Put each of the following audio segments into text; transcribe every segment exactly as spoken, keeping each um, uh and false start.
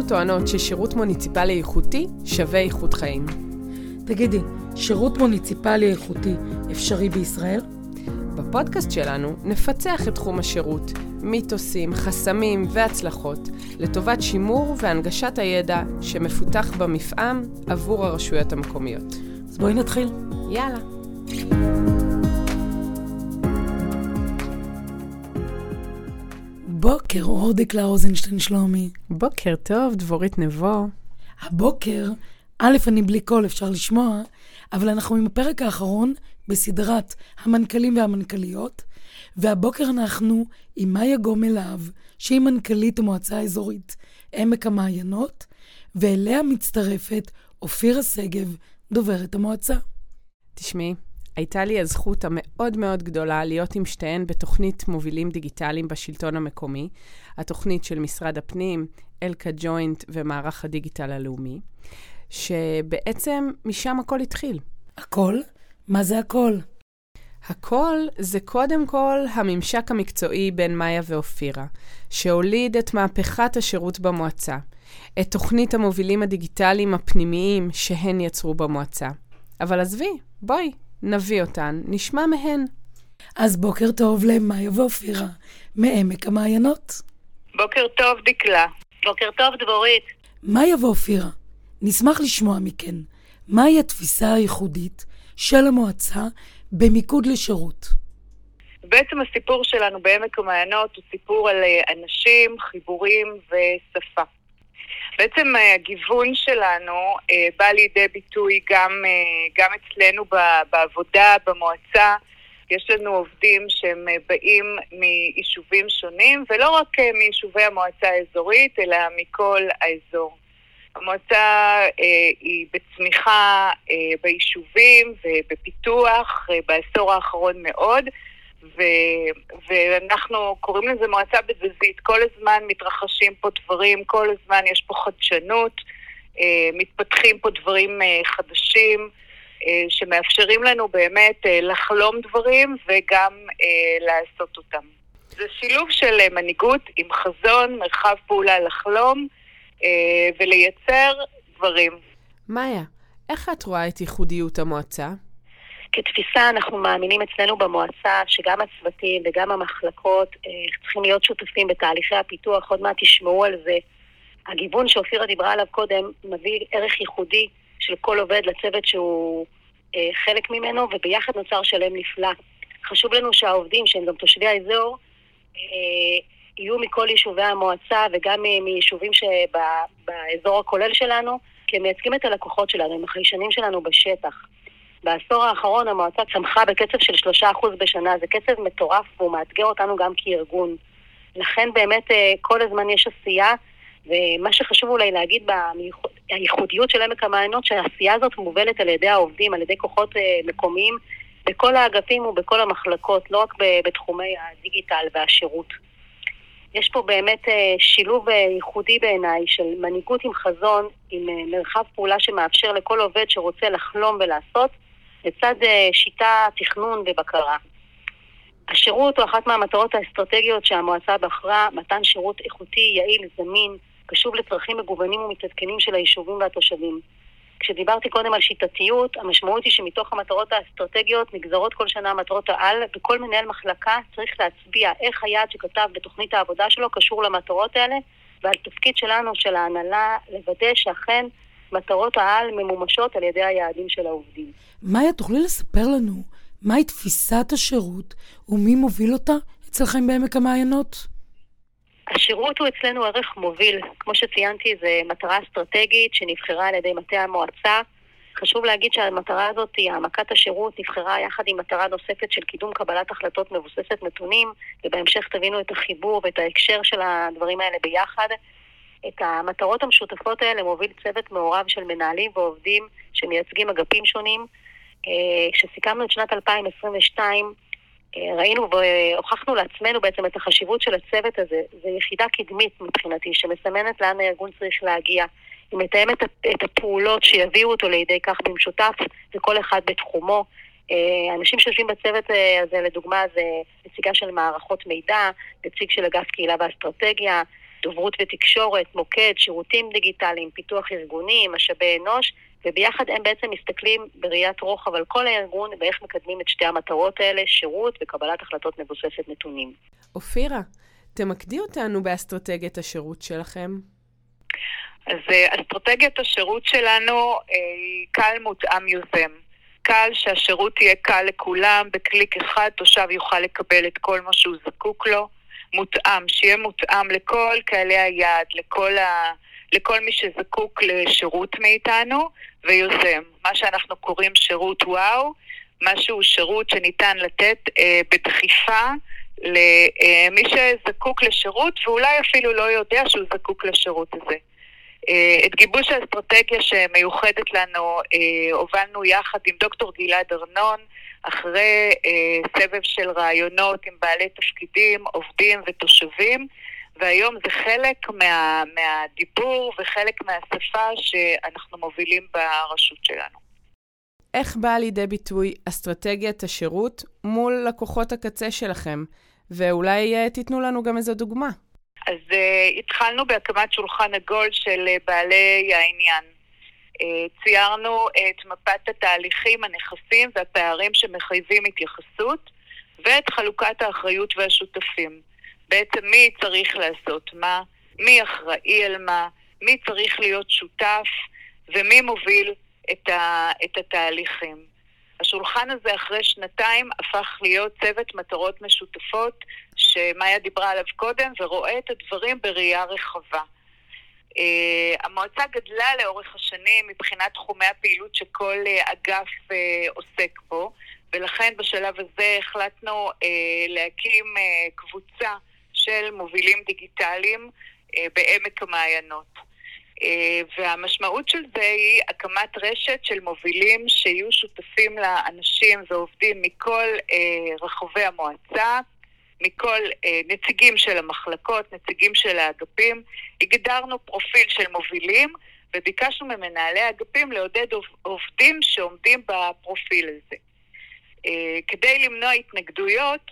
אנחנו טוענות ששירות מוניציפלי איכותי שווה איכות חיים. תגידי, שירות מוניציפלי איכותי אפשרי בישראל? בפודקאסט שלנו נפצח את תחום השירות, מיתוסים, חסמים והצלחות, לטובת שימור והנגשת הידע שמפותח במפעם עבור הרשויות המקומיות. אז בואי נתחיל. יאללה. בוקר אור דקלה רוזנשטיין שלומי. בוקר טוב, דבורית נבו. הבוקר, א', אני בלי קול, אפשר לשמוע, אבל אנחנו עם הפרק האחרון בסדרת המנכלים והמנכליות, והבוקר אנחנו עם מאיה גומלהב, שהיא מנכלית המועצה האזורית עמק המעיינות, ואליה מצטרפת אופירה שגב, דוברת המועצה. תשמעי, הייתה לי הזכות המאוד מאוד גדולה להיות עם שתיהן בתוכנית מובילים דיגיטליים בשלטון המקומי, התוכנית של משרד הפנים, אלקה ג'וינט ומערך הדיגיטל הלאומי, שבעצם משם הכל התחיל. הכל? מה זה הכל? הכל זה קודם כל הממשק המקצועי בין מאיה ואופירה, שהוליד את מהפכת השירות במועצה, את תוכנית המובילים הדיגיטליים הפנימיים שהן יצרו במועצה. אבל עזבי, בואי, נביא אותן, נשמע מהן. אז בוקר טוב למאיה ואופירה, מעמק המעיינות. בוקר טוב דקלה. בוקר טוב דבורית. מאיה ואופירה, נשמח לשמוע מכן, מהי התפיסה הייחודית של המועצה במיקוד לשירות? בעצם הסיפור שלנו בעמק המעיינות הוא סיפור על אנשים, חיבורים ושפה. בעצם הגיוון שלנו אה, בא לידי ביטוי גם, אה, גם אצלנו בעבודה, במועצה. יש לנו עובדים שהם באים מיישובים שונים, ולא רק אה, מיישובי המועצה האזורית, אלא מכל האזור. המועצה אה, היא בצמיחה אה, ביישובים ובפיתוח אה, בעשור האחרון מאוד, ו- ואנחנו קוראים לזה מועצה בזזית. כל הזמן מתרחשים פה דברים, כל הזמן יש פה חדשנות, אה, מתפתחים פה דברים אה, חדשים, אה, שמאפשרים לנו באמת אה, לחלום דברים וגם אה, לעשות אותם. זה שילוב של אה, מנהיגות עם חזון, מרחב פעולה לחלום אה, ולייצר דברים. מאיה, איך את רואה את ייחודיות המועצה? כתפיסה אנחנו מאמינים אצלנו במועצה שגם הצוותים וגם המחלקות אה, צריכים להיות שותפים בתהליכי הפיתוח. עוד מעט תשמעו על זה. הגיוון שאופירה דיברה עליו קודם מביא ערך ייחודי של כל עובד לצוות שהוא אה, חלק ממנו, וביחד נוצר שלם נפלא. חשוב לנו שהעובדים שהם גם תושבי האזור אה, יהיו מכל יישובי המועצה וגם מיישובים שבאזור הכולל שלנו, כי הם מייצגים את הלקוחות שלנו, הם החיישנים שלנו בשטח. בעשור האחרון המועצה צמחה בקצב של שלושה אחוז בשנה, זה קצב מטורף והוא מאתגר אותנו גם כארגון. לכן באמת כל הזמן יש עשייה, ומה שחשוב אולי להגיד בייחודיות של עמק המעיינות, שהעשייה הזאת מובלת על ידי העובדים, על ידי כוחות מקומיים, בכל האגפים ובכל המחלקות, לא רק בתחומי הדיגיטל והשירות. יש פה באמת שילוב ייחודי בעיניי של מנהיגות עם חזון, עם מרחב פעולה שמאפשר לכל עובד שרוצה לחלום ולעשות, לצד שיטה, תכנון ובקרה. השירות הוא אחת מהמטרות האסטרטגיות שהמועצה בחרה, מתן שירות איכותי, יעיל, זמין, קשוב לצרכים מגוונים ומתעדכנים של היישובים והתושבים. כשדיברתי קודם על שיטתיות, המשמעות היא שמתוך המטרות האסטרטגיות נגזרות כל שנה מטרות העל, וכל מנהל מחלקה צריך להצביע איך היעד שכתב בתוכנית העבודה שלו קשור למטרות האלה, ועל תפקיד שלנו, של ההנהלה, לוודא שאכן מטרות העל ממומשות על ידי היעדים של העובדים. מאיה, תוכלי לספר לנו מהי תפיסת השירות ומי מוביל אותה אצלכם בעמק המעיינות? השירות הוא אצלנו ערך מוביל. כמו שציינתי, זו מטרה אסטרטגית שנבחרה על ידי מטה המועצה. חשוב להגיד שהמטרה הזאת, העמקת השירות, נבחרה יחד עם מטרה נוספת של קידום קבלת החלטות מבוססת נתונים, ובהמשך תבינו את החיבור ואת ההקשר של הדברים האלה ביחד. את המטרות המשותפות האלה מוביל צוות מעורב של מנהלים ועובדים שמייצגים אגפים שונים. כשסיכמנו את שנת אלפיים עשרים ושתיים, ראינו והוכחנו לעצמנו בעצם את החשיבות של הצוות הזה. זו יחידה קדמית מבחינתי שמסמנת לאן הארגון צריך להגיע. היא מתאמת את הפעולות שיביאו אותו לידי כך במשותף, וכל אחד בתחומו. אנשים שיושבים בצוות הזה, לדוגמה, זה נציגה של מערכות מידע, נציג של אגף קהילה ואסטרטגיה, דוברות ותקשורת, מוקד, שירותים דיגיטליים, פיתוח ארגוני, משאבי אנוש, וביחד הם בעצם מסתכלים בראיית רוחב על כל הארגון ואיך מקדמים את שתי המטרות האלה, שירות וקבלת החלטות מבוססת נתונים. אופירה, תמקדי אותנו באסטרטגיית השירות שלכם. אז אסטרטגיית השירות שלנו היא קל מותאם יוזם. קל שהשירות יהיה קל לכולם, בקליק אחד תושב יוכל לקבל את כל מה שהוא זקוק לו, מותאם, שיהיה מותאם לכל קהלי היעד, לכל, ה... לכל מי שזקוק לשירות מאיתנו, ויוזם. מה שאנחנו קוראים שירות וואו, משהו שירות שניתן לתת אה, בדחיפה למי שזקוק לשירות, ואולי אפילו לא יודע שהוא זקוק לשירות הזה. את גיבוש האסטרטגיה שמיוחדת לנו הובלנו יחד עם דוקטור גלעד ארנון, אחרי סבב של רעיונות עם בעלי תפקידים, עובדים ותושבים, והיום זה חלק מה, מהדיבור וחלק מהשפה שאנחנו מובילים ברשות שלנו. איך באה לידי ביטוי אסטרטגיית השירות מול לקוחות הקצה שלכם? ואולי תיתנו לנו גם איזו דוגמה. אז uh, התחלנו בהקמת שולחן עגול של uh, בעלי העניין. Uh, ציירנו את מפת התהליכים, הנכסים והפערים שמחייבים התייחסות, ואת חלוקת האחריות והשותפים. בעצם מי צריך לעשות מה, מי אחראי על מה, מי צריך להיות שותף, ומי מוביל את, ה, את התהליכים. השולחן הזה אחרי שנתיים הפך להיות צוות מטרות משותפות שמאיה דיברה עליו קודם ורואה את הדברים בראייה רחבה. Uh, המועצה גדלה לאורך השנים מבחינת תחומי הפעילות שכל uh, אגף uh, עוסק בו, ולכן בשלב הזה החלטנו uh, להקים uh, קבוצה של מובילים דיגיטליים uh, בעמק המעיינות. והמשמעות של זה היא הקמת רשת של מובילים שיהיו שותפים לאנשים ועובדים מכל רחבי המועצה, מכל נציגים של המחלקות, נציגים של האגפים. הגדרנו פרופיל של מובילים וביקשנו ממנהלי האגפים לעודד עובדים שעומדים בפרופיל הזה. כדי למנוע התנגדויות,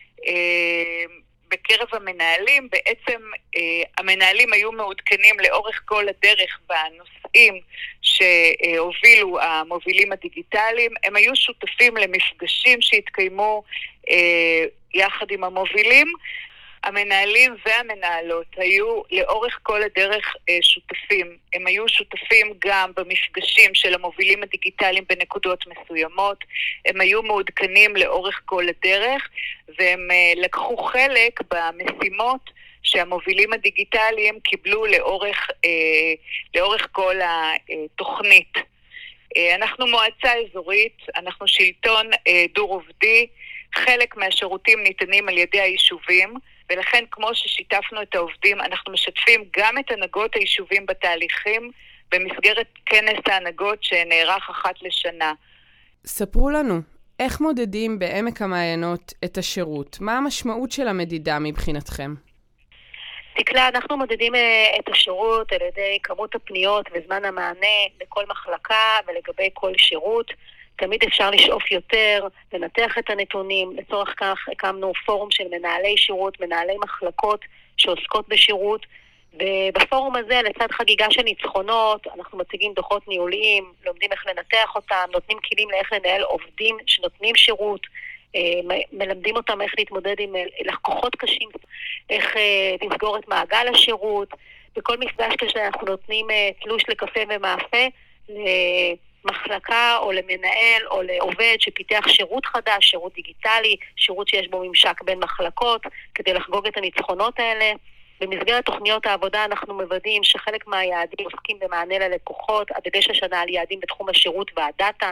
בקרב המנהלים, בעצם אה, המנהלים היו מעודכנים לאורך כל הדרך בנושאים שהובילו המובילים הדיגיטליים. הם היו שותפים למפגשים שהתקיימו אה, יחד עם המובילים. המנהלים והמנהלות היו לאורך כל הדרך אה, שותפים. הם היו שותפים גם במפגשים של המובילים הדיגיטליים בנקודות מסוימות. הם היו מעודכנים לאורך כל הדרך, והם אה, לקחו חלק במשימות שהמובילים הדיגיטליים קיבלו לאורך, אה, לאורך כל התוכנית. אה, אנחנו מועצה אזורית, אנחנו שלטון אה, דור עובדי, חלק מהשירותים ניתנים על ידי היישובים, ולכן כמו ששיתפנו את העובדים, אנחנו משתפים גם את הנהגות היישובים בתהליכים, במסגרת כנס ההנהגות שנערך אחת לשנה. ספרו לנו, איך מודדים בעמק המעיינות את השירות? מה המשמעות של המדידה מבחינתכם? תקלה, אנחנו מודדים את השירות על ידי כמות הפניות וזמן המענה לכל מחלקה ולגבי כל שירות. תמיד אפשר לשאוף יותר, לנתח את הנתונים. לצורך כך הקמנו פורום של מנהלי שירות, מנהלי מחלקות שעוסקות בשירות, ובפורום הזה לצד חגיגה של ניצחונות, אנחנו מציגים דוחות ניהוליים, לומדים איך לנתח אותם, נותנים כלים לאיך לנהל עובדים שנותנים שירות, מלמדים אותם איך להתמודד עם לקוחות קשים, איך לסגור את מעגל השירות. בכל מפגש כזה אנחנו נותנים תלוש לקפה ומאפה למחלקה או למנהל או לעובד שפיתח שירות חדש, שירות דיגיטלי, שירות שיש בו ממשק בין מחלקות, כדי לחגוג את הניצחונות האלה. במסגרת תוכניות העבודה אנחנו מוודאים שחלק מהיעדים עוסקים במענה ללקוחות, הדגש השנה על יעדים בתחום השירות והדאטה.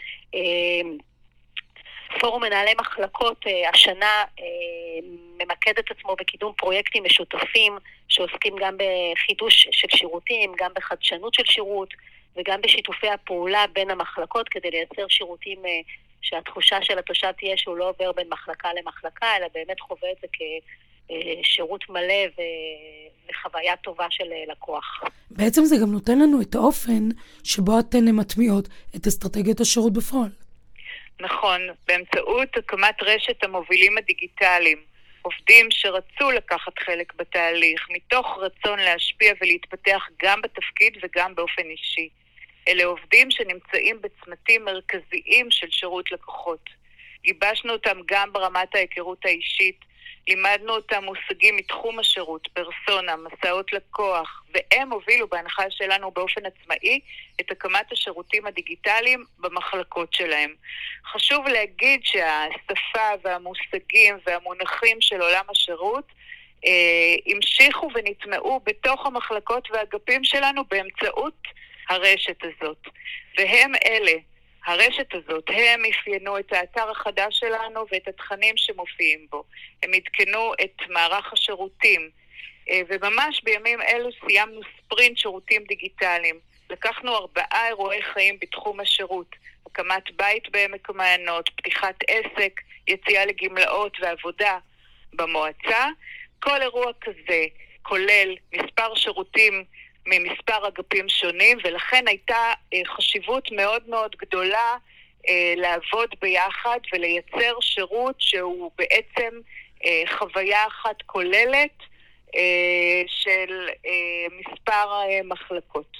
פורום מנהלי מחלקות השנה ממקד את עצמו בקידום פרויקטים משותפים שעוסקים גם בחידוש של שירותים, גם בחדשנות של שירות וגם בשיתופי הפעולה בין המחלקות כדי לייצר שירותים שהתחושה של התושב תהיה שהוא לא עובר בין מחלקה למחלקה, אלא באמת חווה את זה כשירות מלא וחוויה טובה של לקוח. בעצם זה גם נותן לנו את האופן שבו אתן מטמיעות את אסטרטגיית השירות בפועל. נכון, באמצעות הקמת רשת המובילים הדיגיטליים. עובדים שרצו לקחת חלק בתהליך, מתוך רצון להשפיע ולהתפתח גם בתפקיד וגם באופן אישי. אלה עובדים שנמצאים בצמתים מרכזיים של שירות לקוחות. גיבשנו אותם גם ברמת ההיכרות האישית, לימדנו אותם מושגים מתחום השירות, פרסונה, מסעות לקוח, והם הובילו בהנחה שלנו באופן עצמאי את הקמת השירותים הדיגיטליים במחלקות שלהם. חשוב להגיד שהשפה והמושגים והמונחים של עולם השירות אה, המשיכו ונטמעו בתוך המחלקות והאגפים שלנו באמצעות הרשת הזאת. והם אלה, הרשת הזאת, הם אפיינו את האתר החדש שלנו ואת התכנים שמופיעים בו. הם עדכנו את מערך השירותים, וממש בימים אלו סיימנו ספרינט שירותים דיגיטליים. לקחנו ארבעה אירועי חיים בתחום השירות, הקמת בית בעמק המעיינות, פתיחת עסק, יציאה לגמלאות ועבודה במועצה. כל אירוע כזה כולל מספר שירותים ממספר אגפים שונים, ולכן הייתה אה, חשיבות מאוד מאוד גדולה אה, לעבוד ביחד ולייצר שירות שהוא בעצם אה, חוויה אחת כוללת אה, של אה, מספר אה, מחלקות.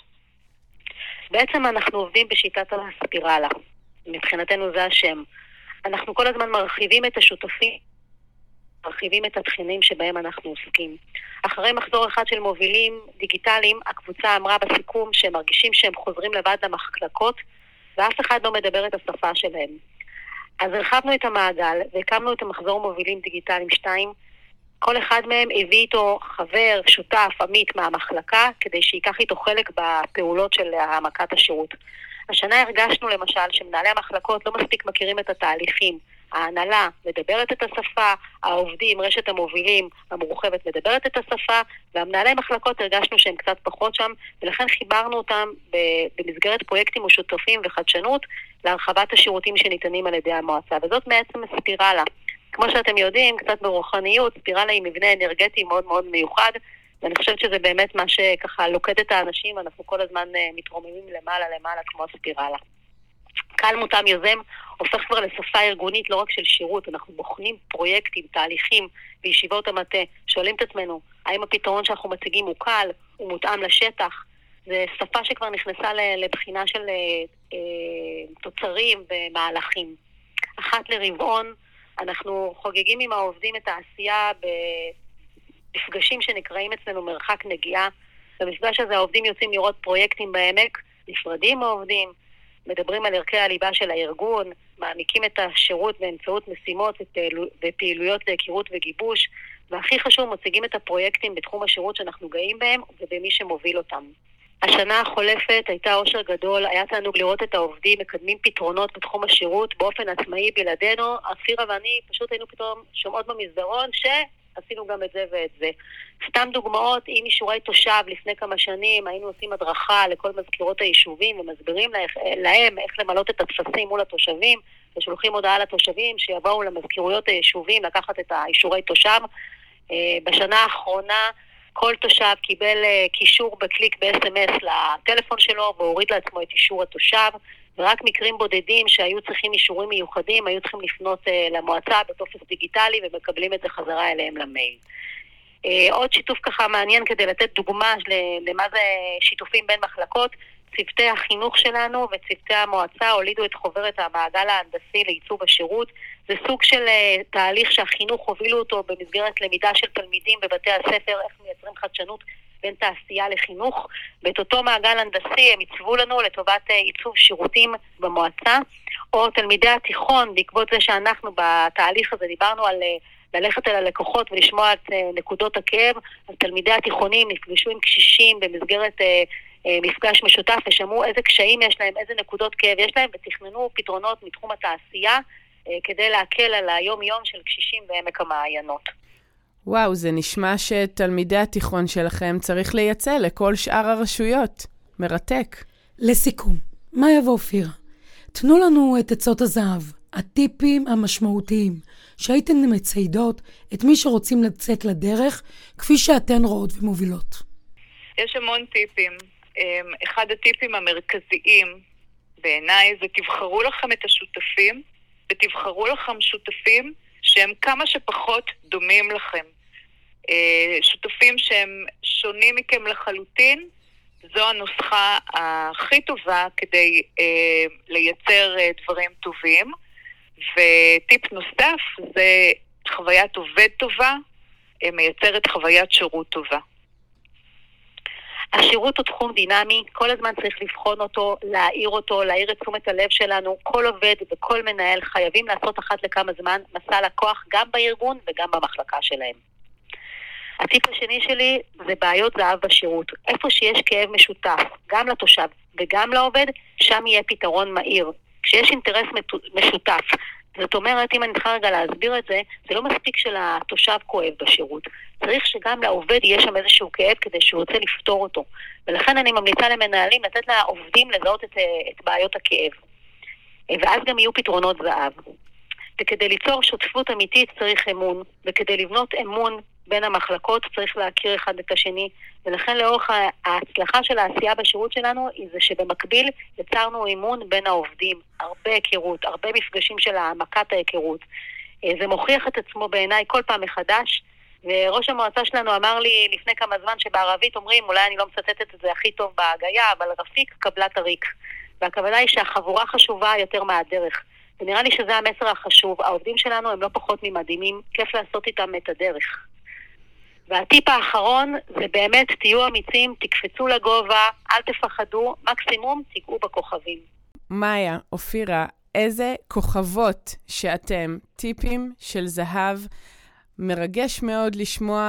בעצם אנחנו עובדים בשיטת הספירלה. מבחינתנו זה השם. אנחנו כל הזמן מרחיבים את השותפים, מרחיבים את התכנים שבהם אנחנו עוסקים. אחרי מחזור אחד של מובילים דיגיטליים, הקבוצה אמרה בסיכום שהם מרגישים שהם חוזרים לבד למחלקות, ואף אחד לא מדבר את השפה שלהם. אז הרחבנו את המעגל, והקמנו את המחזור מובילים דיגיטליים שתיים. כל אחד מהם הביא איתו חבר, שותף, עמית מהמחלקה, כדי שיקח איתו חלק בפעולות של העמקת השירות. השנה הרגשנו למשל שמנהלי המחלקות לא מספיק מכירים את התהליכים. ההנהלה מדברת את השפה, העובדים, רשת המובילים המורחבת מדברת את השפה, והמנהלי מחלקות הרגשנו שהם קצת פחות שם, ולכן חיברנו אותם במסגרת פרויקטים משותפים וחדשנות להרחבת השירותים שניתנים על ידי המועצה, וזאת בעצם ספירלה. כמו שאתם יודעים, קצת ברוחניות, ספירלה היא מבנה אנרגטי מאוד מאוד מיוחד, ואני חושבת שזה באמת מה שככה לוקד את האנשים, אנחנו כל הזמן מתרוממים למעלה למעלה כמו הספירלה. קהל מותאם יוזם הופך כבר לשפה ארגונית לא רק של שירות, אנחנו בוחנים פרויקטים, תהליכים בישיבות המטה, שואלים את עצמנו, האם הפתרון שאנחנו מציגים הוא קל, הוא מותאם לשטח, זה שפה שכבר נכנסה לבחינה של אה, תוצרים ומהלכים. אחת לרבעון, אנחנו חוגגים עם העובדים את העשייה במפגשים שנקראים אצלנו מרחק נגיעה, במפגש הזה העובדים יוצאים לראות פרויקטים בעמק, נפרדים העובדים, מדברים על ערכי הליבה של הארגון, מעמיקים את השירות באמצעות משימות ופעילויות להכירות וגיבוש, והכי חשוב, מציגים את הפרויקטים בתחום השירות שאנחנו גאים בהם ובמי שמוביל אותם. השנה החולפת הייתה אושר גדול, היה תענוג לראות את העובדים מקדמים פתרונות בתחום השירות באופן עצמאי בלעדינו. אפירה ואני פשוט היינו פתאום שומעות במסדרון שעשינו גם את זה ואת זה. סתם דוגמאות, עם אישורי תושב לפני כמה שנים היינו עושים הדרכה לכל מזכירות היישובים ומסבירים להם איך למלות את הטפסים מול התושבים, ושולחים הודעה לתושבים שיבואו למזכירויות היישובים לקחת את האישורי תושב. בשנה האחרונה כל תושב קיבל קישור בקליק ב-אס אם אס לטלפון שלו והוריד לעצמו את אישור התושב, ורק מקרים בודדים שהיו צריכים אישורים מיוחדים היו צריכים לפנות למועצה בטופס דיגיטלי ומקבלים את זה חזרה אליהם למייל. עוד שיתוף ככה מעניין כדי לתת דוגמה למה זה שיתופים בין מחלקות, צוותי החינוך שלנו וצוותי המועצה הולידו את חוברת המעגל ההנדסי לעיצוב השירות. זה סוג של תהליך שהחינוך הובילו אותו במסגרת למידה של תלמידים בבתי הספר, איך מייצרים חדשנות בין תעשייה לחינוך. ואת אותו מעגל הנדסי הם עיצבו לנו לטובת עיצוב שירותים במועצה. או תלמידי התיכון, בעקבות זה שאנחנו בתהליך הזה דיברנו על ללכת אל הלקוחות ולשמוע את נקודות הכאב, אז תלמידי התיכונים נפגשו עם קשישים במסגרת מפגש משותף ושמעו איזה קשיים יש להם, איזה נקודות כאב יש להם, ותכננו פתרונות מתחום התעשייה כדי להקל על היום יום של קשישים בעמק המעיינות. וואו, זה נשמע שתלמידי התיכון שלכם צריך לייצא לכל שאר הרשויות. מרתק. לסיכום, מאיה ואופירה, תנו לנו את עצות הזהב, הטיפים המשמעותיים, שהייתן מציידות את מי שרוצים לצאת לדרך, כפי שאתן רואות ומובילות. יש המון טיפים. אחד הטיפים המרכזיים בעיניי זה תבחרו לכם את השותפים, ותבחרו לכם שותפים שהם כמה שפחות דומים לכם. שותפים שהם שונים מכם לחלוטין, זו הנוסחה הכי טובה כדי לייצר דברים טובים. וטיפ נוסף זה חוויית עובד טובה, מייצרת חוויית שירות טובה. השירות הוא תחום דינמי, כל הזמן צריך לבחון אותו, להעיר אותו, להעיר את תשומת הלב שלנו. כל עובד וכל מנהל חייבים לעשות אחת לכמה זמן מסע לקוח גם בארגון וגם במחלקה שלהם. הטיפ השני שלי זה בעיות זהב בשירות. איפה שיש כאב משותף, גם לתושב וגם לעובד, שם יהיה פתרון מהיר. כשיש אינטרס משותף, זאת אומרת, אם אני צריכה רגע להסביר את זה, זה לא מספיק שלתושב כואב בשירות. צריך שגם לעובד יהיה שם איזשהו כאב כדי שהוא רוצה לפתור אותו. ולכן אני ממליצה למנהלים לתת לעובדים לזהות את, את בעיות הכאב. ואז גם יהיו פתרונות זהב. וכדי ליצור שותפות אמיתית צריך אמון, וכדי לבנות אמון בין המחלקות צריך להכיר אחד את השני, ולכן לאורך ההצלחה של העשייה בשירות שלנו היא זה שבמקביל יצרנו אימון בין העובדים, הרבה היכרות, הרבה מפגשים של העמקת ההיכרות. זה מוכיח את עצמו בעיניי כל פעם מחדש, וראש המועצה שלנו אמר לי לפני כמה זמן שבערבית אומרים, אולי אני לא מצטטת את זה הכי טוב בהגיה, אבל רפיק קבלת הריק. והכוונה היא שהחבורה חשובה יותר מהדרך. ונראה לי שזה המסר החשוב. העובדים שלנו הם לא פחות ממדהימים, כיף לעשות איתם את הדרך. והטיפ האחרון זה באמת תהיו אמיצים, תקפצו לגובה, אל תפחדו, מקסימום תיגעו בכוכבים. מאיה, אופירה, איזה כוכבות שאתם, טיפים של זהב, מרגש מאוד לשמוע,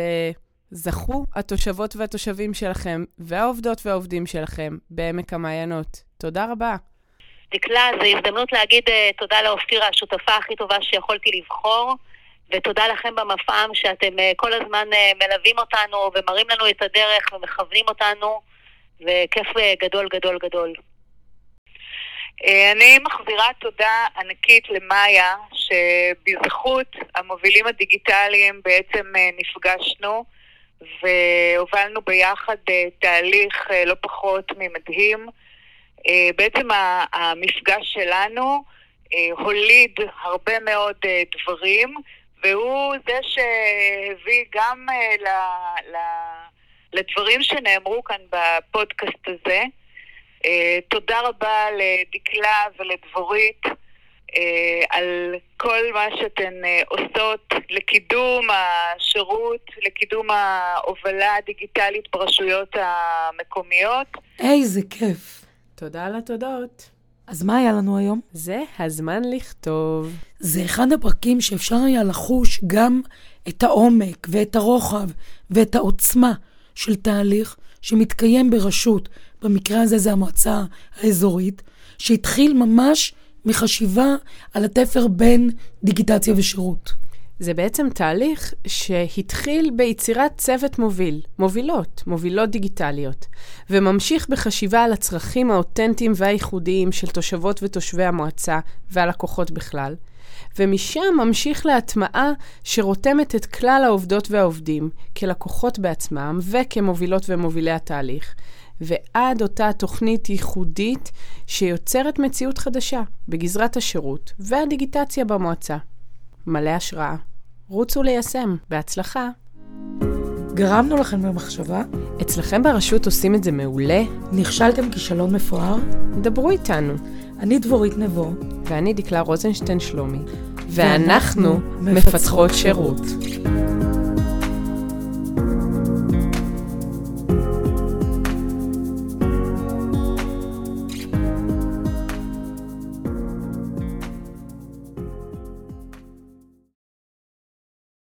וזכו התושבות והתושבים שלכם, והעובדות והעובדים שלכם בעמק המעיינות. תודה רבה. דקלה, זו הזדמנות להגיד תודה לאופירה, השותפה הכי טובה שיכולתי לבחור, ותודה לכם במפעם שאתם כל הזמן מלווים אותנו ומראים לנו את הדרך ומכוונים אותנו, וכיף גדול גדול גדול. אני מחזירה תודה ענקית למאיה, שבזכות המובילים הדיגיטליים בעצם נפגשנו, והובלנו ביחד תהליך לא פחות ממדהים. בעצם המפגש שלנו הוליד הרבה מאוד דברים, והוא זה שהביא גם ל, ל, לדברים שנאמרו כאן בפודקאסט הזה. תודה רבה לדקלה ולדבורית על כל מה שאתן עושות לקידום השירות, לקידום ההובלה הדיגיטלית ברשויות המקומיות. איזה כיף. תודה על התודות. אז מה היה לנו היום? זה הזמן לכתוב. זה אחד הפרקים שאפשר היה לחוש גם את העומק ואת הרוחב ואת העוצמה של תהליך שמתקיים ברשות, במקרה הזה זה המועצה האזורית, שהתחיל ממש מחשיבה על התפר בין דיגיטציה ושירות. זה בעצם תהליך שהתחיל ביצירת צוות מוביל, מובילות, מובילות דיגיטליות, וממשיך בחשיבה על הצרכים האותנטיים והייחודיים של תושבות ותושבי המועצה והלקוחות בכלל, ומשם ממשיך להטמעה שרותמת את כלל העובדות והעובדים כלקוחות בעצמם וכמובילות ומובילי התהליך, ועד אותה תוכנית ייחודית שיוצרת מציאות חדשה בגזרת השירות והדיגיטציה במועצה. מלא השראה. רוצו ליישם. בהצלחה. גרמנו לכם במחשבה? אצלכם ברשות עושים את זה מעולה? נכשלתם כישלון מפואר? דברו איתנו. אני דבורית נבו. ואני דקלה רוזנשטיין שלומי. ואנחנו מפתחות שירות.